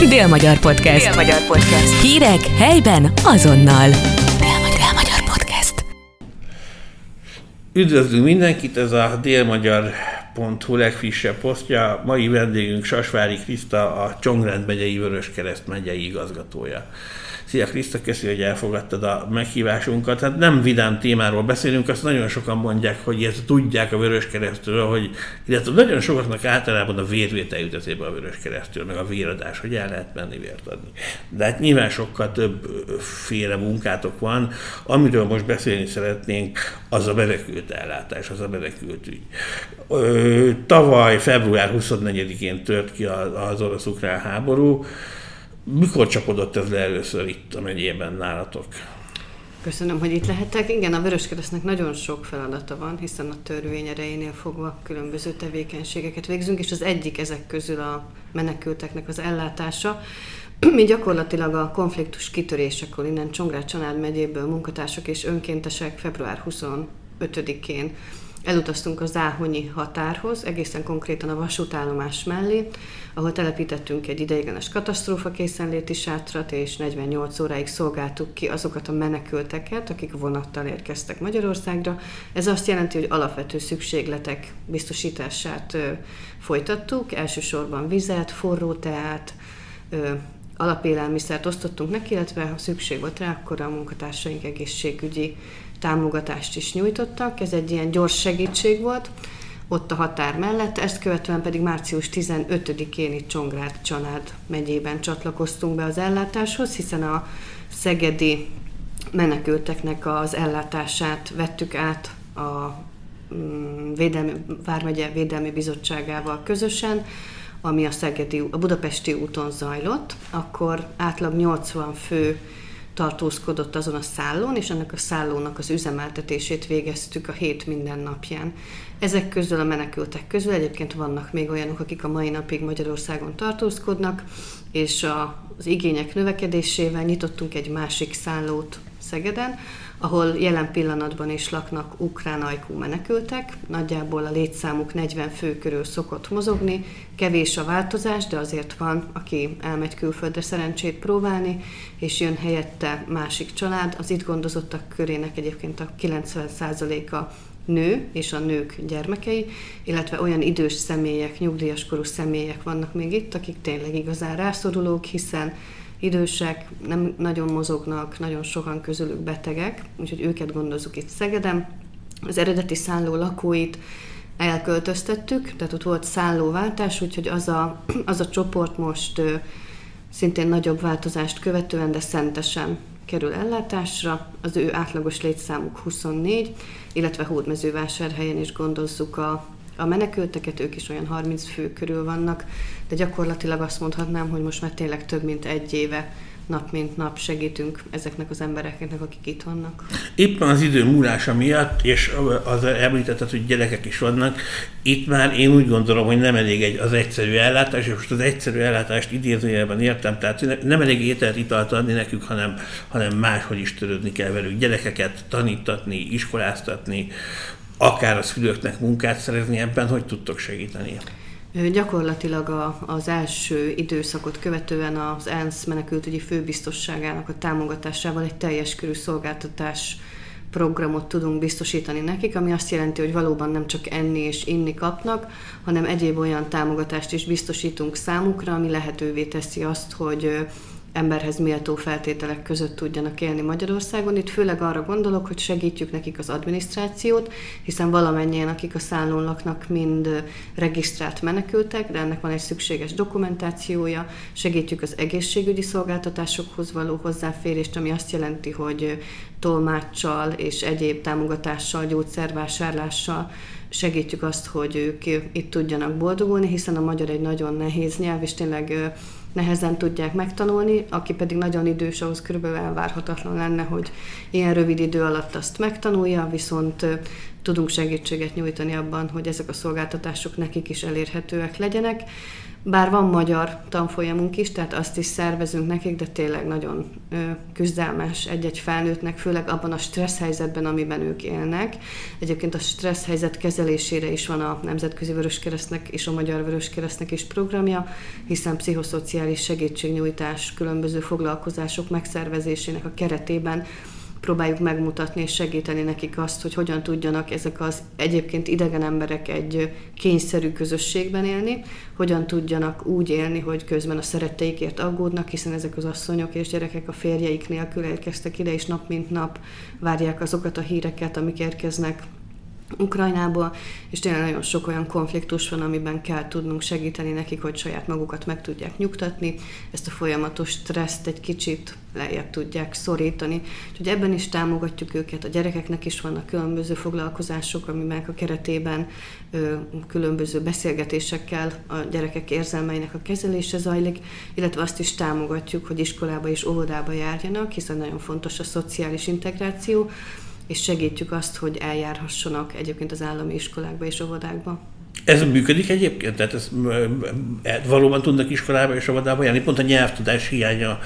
Dél-Magyar Podcast. Dél-Magyar Podcast. Hírek helyben azonnal. Dél-Magyar Podcast. Üdvözlünk mindenkit, ez a délmagyar.hu legfrissebb posztja. Mai vendégünk Sasvári Kriszta, a Csongrád megyei Vöröskereszt megyei igazgatója. Szia Kriszta, köszönjük, hogy elfogadtad a meghívásunkat. Hát nem vidám témáról beszélünk, azt nagyon sokan mondják, hogy ezt tudják a Vöröskeresztről, hogy illetve nagyon sokaknak általában a vérvétel jut eszébe a Vöröskeresztről, meg a véradás, hogy el lehet menni vért adni. De hát nyilván sokkal többféle munkátok van. Amiről most beszélni szeretnénk, az a menekült ellátás, az a menekült ügy. Tavaly február 24-én tört ki az orosz-ukrán háború. Mikor csapodott ez le először itt a megyében nálatok? Köszönöm, hogy itt lehetek. Igen, a Vöröskeresztnek nagyon sok feladata van, hiszen a törvény erejénél fogva különböző tevékenységeket végzünk, és az egyik ezek közül a menekülteknek az ellátása. Mi gyakorlatilag a konfliktus kitörésekor innen Csongrád megyéből munkatársak és önkéntesek február 25-én elutaztunk a záhonyi határhoz, egészen konkrétan a vasútállomás mellé, ahol telepítettünk egy ideiglenes katasztrófa készenléti sátrat, és 48 óráig szolgáltuk ki azokat a menekülteket, akik vonattal érkeztek Magyarországra. Ez azt jelenti, hogy alapvető szükségletek biztosítását folytattuk, elsősorban vizet, forró teát, alapélelmiszert osztottunk neki, illetve ha szükség volt rá, akkor a munkatársaink egészségügyi támogatást is nyújtottak. Ez egy ilyen gyors segítség volt ott a határ mellett, ezt követően pedig március 15-én itt Csongrád megyében csatlakoztunk be az ellátáshoz, hiszen a szegedi menekülteknek az ellátását vettük át a Vármegye Védelmi Bizottságával közösen, ami a budapesti úton zajlott, akkor átlag 80 fő tartózkodott azon a szállón, és ennek a szállónak az üzemeltetését végeztük a hét minden napján. Ezek közül a menekültek közül egyébként vannak még olyanok, akik a mai napig Magyarországon tartózkodnak, és az igények növekedésével nyitottunk egy másik szállót Szegeden, ahol jelen pillanatban is laknak ukrán ajkú menekültek, nagyjából a létszámuk 40 fő körül szokott mozogni, kevés a változás, de azért van, aki elmegy külföldre szerencsét próbálni, és jön helyette másik család. Az itt gondozottak körének egyébként a 90%-a nő és a nők gyermekei, illetve olyan idős személyek, nyugdíjas korú személyek vannak még itt, akik tényleg igazán rászorulók, hiszen idősek, nem nagyon mozognak, nagyon sokan közülük betegek, úgyhogy őket gondozzuk itt Szegeden. Az eredeti szálló lakóit elköltöztettük, tehát ott volt szállóváltás, úgyhogy az a csoport most szintén nagyobb változást követően, de szentesen kerül ellátásra. Az ő átlagos létszámuk 24, illetve Hódmezővásárhelyen is gondozzuk a menekülteket, ők is olyan 30 fő körül vannak, de gyakorlatilag azt mondhatnám, hogy most már tényleg több mint egy éve nap mint nap segítünk ezeknek az embereknek, akik itt vannak. Éppen az idő múlása miatt, és az említetted, hogy gyerekek is vannak, itt már én úgy gondolom, hogy nem elég az egyszerű ellátás, és most az egyszerű ellátást idézőjelben értem, tehát nem elég ételt, italt adni nekük, hanem máshogy is törődni kell velük. Gyerekeket tanítatni, iskoláztatni, akár a szülőknek munkát szerezni, ebben hogy tudtok segíteni? Gyakorlatilag az első időszakot követően az ENSZ menekültügyi főbiztosságának a támogatásával egy teljes körű szolgáltatás programot tudunk biztosítani nekik, ami azt jelenti, hogy valóban nem csak enni és inni kapnak, hanem egyéb olyan támogatást is biztosítunk számukra, ami lehetővé teszi azt, hogy emberhez méltó feltételek között tudjanak élni Magyarországon. Itt főleg arra gondolok, hogy segítjük nekik az adminisztrációt, hiszen valamennyien, akik a szállón laknak, mind regisztrált menekültek, de ennek van egy szükséges dokumentációja. Segítjük az egészségügyi szolgáltatásokhoz való hozzáférést, ami azt jelenti, hogy tolmáccsal és egyéb támogatással, gyógyszervásárlással segítjük azt, hogy ők itt tudjanak boldogulni, hiszen a magyar egy nagyon nehéz nyelv, és tényleg nehezen tudják megtanulni, aki pedig nagyon idős, ahhoz körülbelül elvárhatatlan lenne, hogy ilyen rövid idő alatt azt megtanulja, viszont tudunk segítséget nyújtani abban, hogy ezek a szolgáltatások nekik is elérhetőek legyenek. Bár van magyar tanfolyamunk is, tehát azt is szervezünk nekik, de tényleg nagyon küzdelmes egy-egy felnőttnek, főleg abban a stressz helyzetben, amiben ők élnek. Egyébként a stressz helyzet kezelésére is van a Nemzetközi Vöröskeresztnek és a Magyar Vöröskeresztnek is programja, hiszen pszichoszociális segítségnyújtás, különböző foglalkozások megszervezésének a keretében próbáljuk megmutatni és segíteni nekik azt, hogy hogyan tudjanak ezek az egyébként idegen emberek egy kényszerű közösségben élni, hogyan tudjanak úgy élni, hogy közben a szeretteikért aggódnak, hiszen ezek az asszonyok és gyerekek a férjeik nélkül érkeztek ide, és nap mint nap várják azokat a híreket, amik érkeznek Ukrajnából, és tényleg nagyon sok olyan konfliktus van, amiben kell tudnunk segíteni nekik, hogy saját magukat meg tudják nyugtatni, ezt a folyamatos stresszt egy kicsit lejjebb tudják szorítani. Úgyhogy ebben is támogatjuk őket, a gyerekeknek is vannak különböző foglalkozások, amiben a keretében különböző beszélgetésekkel a gyerekek érzelmeinek a kezelése zajlik, illetve azt is támogatjuk, hogy iskolába és óvodába járjanak, hiszen nagyon fontos a szociális integráció, és segítjük azt, hogy eljárhassanak egyébként az állami iskolákba és óvodákba. Ez működik egyébként? Tehát ezt valóban tudnak iskolába és óvodába járni? Pont a nyelvtudás hiánya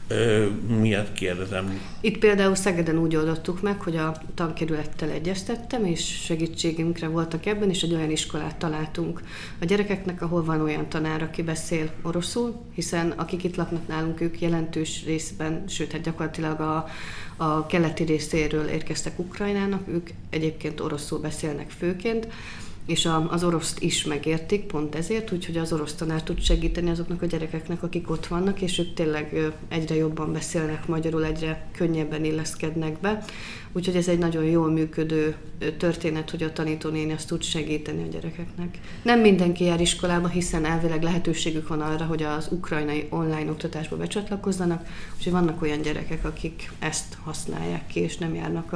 miatt kérdezem. Itt például Szegeden úgy oldottuk meg, hogy a tankerülettel egyeztettem, és segítségünkre voltak ebben, és egy olyan iskolát találtunk a gyerekeknek, ahol van olyan tanár, aki beszél oroszul, hiszen akik itt laknak nálunk, ők jelentős részben, sőt, hát gyakorlatilag a keleti részéről érkeztek Ukrajnának, ők egyébként oroszul beszélnek főként, és az oroszt is megértik, pont ezért, úgyhogy az orosz tanár tud segíteni azoknak a gyerekeknek, akik ott vannak, és ők tényleg egyre jobban beszélnek magyarul, egyre könnyebben illeszkednek be. Úgyhogy ez egy nagyon jól működő történet, hogy a tanítónéni azt tud segíteni a gyerekeknek. Nem mindenki jár iskolába, hiszen elvileg lehetőségük van arra, hogy az ukrajnai online oktatásba becsatlakozzanak, úgyhogy vannak olyan gyerekek, akik ezt használják ki, és nem járnak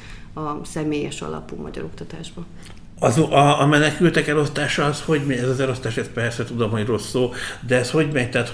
a személyes alapú magyar oktatásba. A menekültek elosztása az, hogy megy? Ez az elosztás, ez persze tudom, hogy rossz szó, de ez hogy megy? Tehát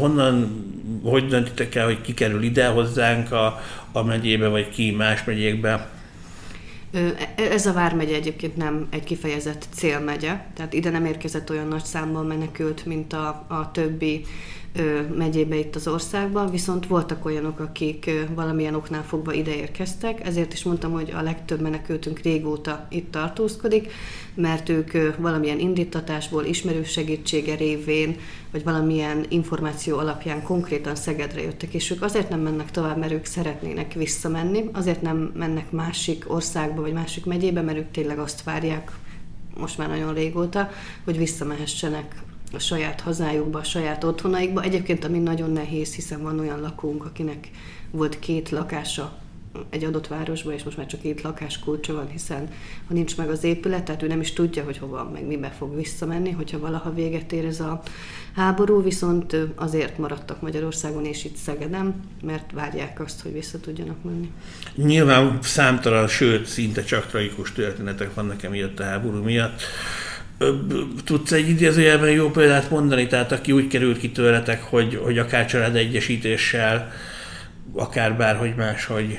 hogy döntitek el, hogy ki kerül ide hozzánk a megyébe, vagy ki más megyékbe? Ez a vármegye egyébként nem egy kifejezett célmegye, tehát ide nem érkezett olyan nagy számban menekült, mint a többi megyébe itt az országban, viszont voltak olyanok, akik valamilyen oknál fogva ide érkeztek, ezért is mondtam, hogy a legtöbb menekültünk régóta itt tartózkodik, mert ők valamilyen indítatásból, ismerős segítsége révén, vagy valamilyen információ alapján konkrétan Szegedre jöttek, és ők azért nem mennek tovább, mert ők szeretnének visszamenni, azért nem mennek másik országba, vagy másik megyébe, mert ők tényleg azt várják, most már nagyon régóta, hogy visszamehessenek a saját hazájukba, a saját otthonaikba. Egyébként, ami nagyon nehéz, hiszen van olyan lakónk, akinek volt 2 lakása egy adott városban, és most már csak 2 lakáskulcsa van, hiszen ha nincs meg az épület, tehát ő nem is tudja, hogy hova, meg mibe fog visszamenni, hogyha valaha véget ér ez a háború, viszont azért maradtak Magyarországon és itt Szegeden, mert várják azt, hogy vissza tudjanak menni. Nyilván számtalan, sőt, szinte csak tragikus történetek vannak emiatt a háború miatt. Tudsz egy idézőjelben jó példát mondani, tehát aki úgy került ki tőletek, hogy akár családegyesítéssel, akár bárhogy máshogy?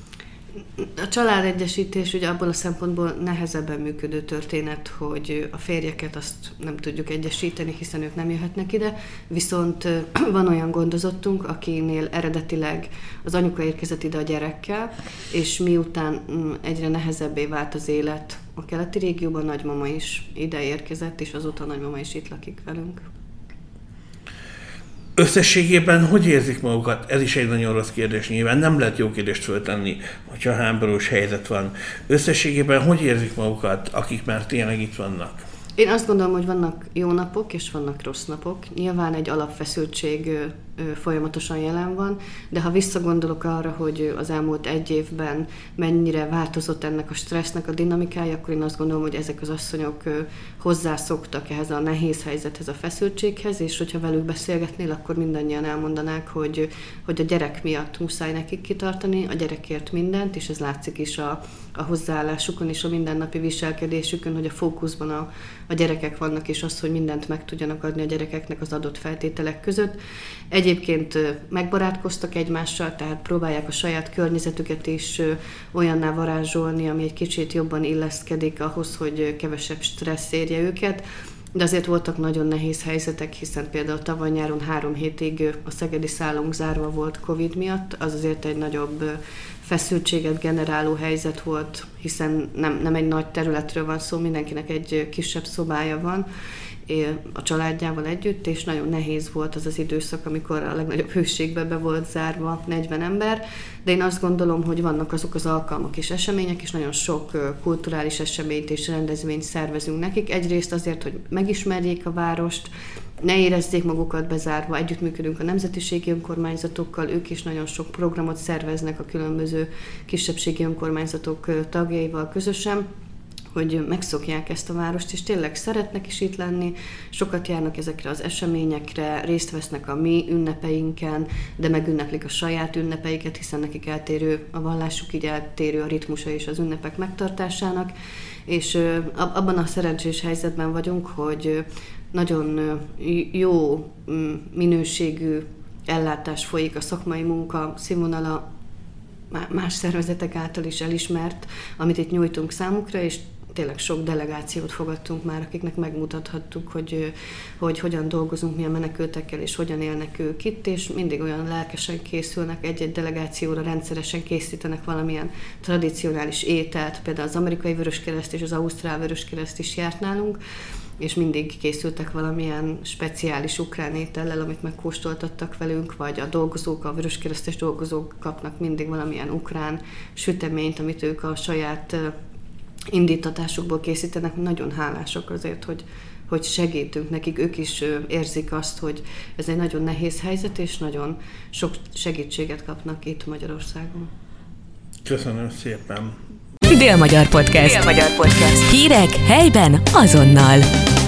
A családegyesítés ugye abból a szempontból nehezebben működő történet, hogy a férjeket azt nem tudjuk egyesíteni, hiszen ők nem jöhetnek ide, viszont van olyan gondozottunk, akinél eredetileg az anyuka érkezett ide a gyerekkel, és miután egyre nehezebbé vált az élet a keleti régióban, nagymama is ide érkezett, és azóta a nagymama is itt lakik velünk. Összességében hogy érzik magukat? Ez is egy nagyon rossz kérdés nyilván. Nem lehet jó kérdést föltenni, hogyha háborús helyzet van. Összességében hogy érzik magukat, akik már tényleg itt vannak? Én azt gondolom, hogy vannak jó napok és vannak rossz napok. Nyilván egy alapfeszültség folyamatosan jelen van, de ha visszagondolok arra, hogy az elmúlt 1 évben mennyire változott ennek a stressznek a dinamikája, akkor én azt gondolom, hogy ezek az asszonyok hozzászoktak ehhez a nehéz helyzethez, a feszültséghez, és hogyha velük beszélgetnél, akkor mindannyian elmondanák, hogy a gyerek miatt muszáj nekik kitartani, a gyerekért mindent, és ez látszik is a hozzáállásukon és a mindennapi viselkedésükön, hogy a fókuszban a gyerekek vannak, és az, hogy mindent meg tudjanak adni a gyerekeknek az adott feltételek között. Egyébként megbarátkoztak egymással, tehát próbálják a saját környezetüket is olyanná varázsolni, ami egy kicsit jobban illeszkedik ahhoz, hogy kevesebb stressz érje őket. de azért voltak nagyon nehéz helyzetek, hiszen például tavaly nyáron 3 hétig a szegedi szállónk zárva volt Covid miatt, az azért egy nagyobb feszültséget generáló helyzet volt, hiszen nem egy nagy területről van szó, mindenkinek egy kisebb szobája van a családjával együtt, és nagyon nehéz volt az az időszak, amikor a legnagyobb hőségbe be volt zárva 40 ember, de én azt gondolom, hogy vannak azok az alkalmak és események, és nagyon sok kulturális eseményt és rendezvényt szervezünk nekik. Egyrészt azért, hogy megismerjék a várost, ne érezzék magukat bezárva, együttműködünk a nemzetiségi önkormányzatokkal, ők is nagyon sok programot szerveznek a különböző kisebbségi önkormányzatok tagjaival közösen, hogy megszokják ezt a várost, és tényleg szeretnek is itt lenni, sokat járnak ezekre az eseményekre, részt vesznek a mi ünnepeinken, de megünneplik a saját ünnepeiket, hiszen nekik eltérő a vallásuk, így eltérő a ritmusa és az ünnepek megtartásának, és abban a szerencsés helyzetben vagyunk, hogy nagyon jó minőségű ellátás folyik, a szakmai munka színvonala más szervezetek által is elismert, amit itt nyújtunk számukra, és tényleg sok delegációt fogadtunk már, akiknek megmutathattuk, hogy hogyan dolgozunk mi a menekültekkel, és hogyan élnek ők itt, és mindig olyan lelkesen készülnek egy-egy delegációra, rendszeresen készítenek valamilyen tradicionális ételt, például az amerikai Vöröskereszt és az ausztrál Vöröskereszt is járt nálunk, és mindig készültek valamilyen speciális ukrán étellel, amit megkóstoltattak velünk, vagy a dolgozók, a vöröskeresztes dolgozók kapnak mindig valamilyen ukrán süteményt, amit ők a saját indítatásukból készítenek. Nagyon hálások azért, hogy segítünk nekik, ők is érzik azt, hogy ez egy nagyon nehéz helyzet, és nagyon sok segítséget kapnak itt Magyarországon. Köszönöm szépen! Dél-Magyar Podcast. Hírek helyben azonnal.